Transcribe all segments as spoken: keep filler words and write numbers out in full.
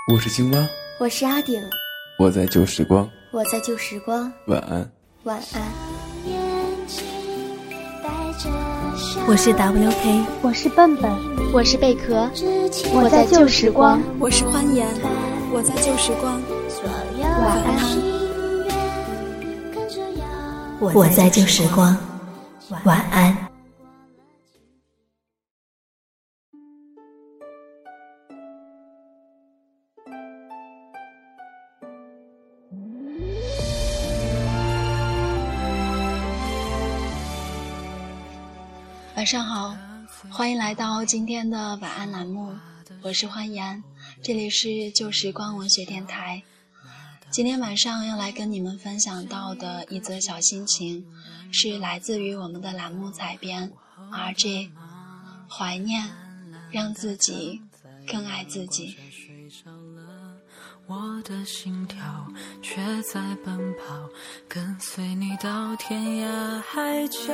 我是青蛙， 我是阿顶， 我在旧时光， 我在旧时光， 晚安， 晚安。 我是 W K， 我是笨笨， 我是贝壳， 我在旧时光， 我是欢颜，我在旧时光， 晚安。 我在旧时光，晚安。 晚上好，欢迎来到今天的晚安栏目，我是欢颜，这里是旧时光文学电台。今天晚上要来跟你们分享到的一则小心情，是来自于我们的栏目采编 R J， 怀念，让自己更爱自己。 我的心跳却在奔跑，跟随你到天涯海角。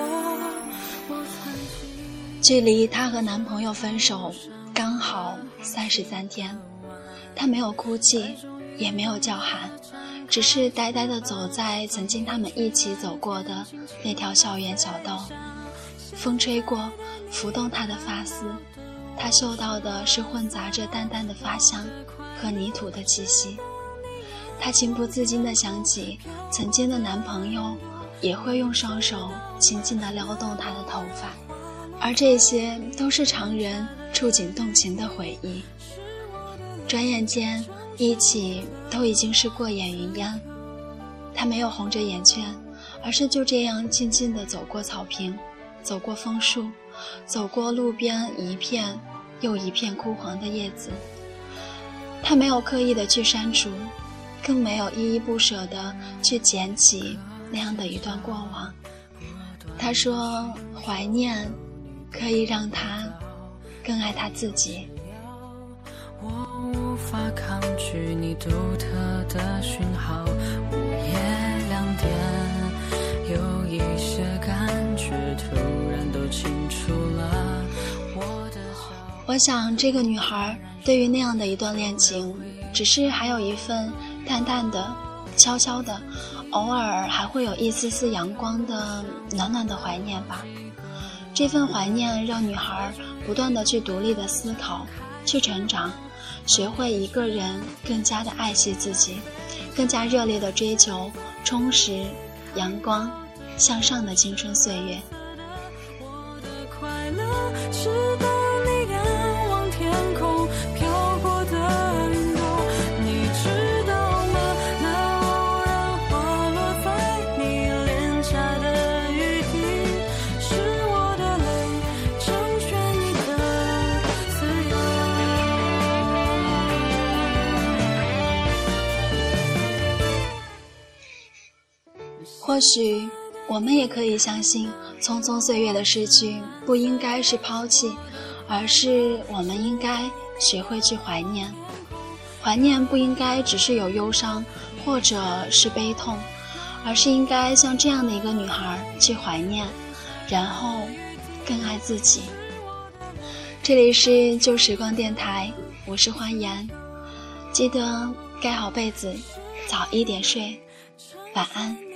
距离她和男朋友分手刚好三十三天，她没有哭泣，也没有叫喊，只是呆呆地走在曾经他们一起走过的那条校园小道。风吹过，拂动她的发丝，她嗅到的是混杂着淡淡的发香和泥土的气息。她情不自禁地想起曾经的男朋友也会用双手轻轻地撩动她的头发，而这些都是常人触景动情的回忆。转眼间一起都已经是过眼云烟。她没有红着眼圈，而是就这样静静地走过草坪，走过枫树，走过路边一片又一片枯黄的叶子。他没有刻意的去删除，更没有依依不舍的去捡起那样的一段过往。他说怀念可以让他更爱他自己。 我无法抗拒你独特的讯号，午夜两点有一些感觉突然都清楚了。我的我想这个女孩对于那样的一段恋情，只是还有一份淡淡的悄悄的，偶尔还会有一丝丝阳光的暖暖的怀念吧。这份怀念让女孩不断的去独立的思考，去成长，学会一个人更加的爱惜自己，更加热烈的追求充实阳光向上的青春岁月。 我的快乐是当你仰望天空飘过的云朵，你知道吗？那偶然滑落在你脸颊的雨滴，是我的泪成全你的自由。 或许我们也可以相信，匆匆岁月的逝去不应该是抛弃，而是我们应该学会去怀念。怀念不应该只是有忧伤或者是悲痛，而是应该像这样的一个女孩去怀念，然后更爱自己。这里是旧时光电台，我是欢颜，记得盖好被子，早一点睡，晚安。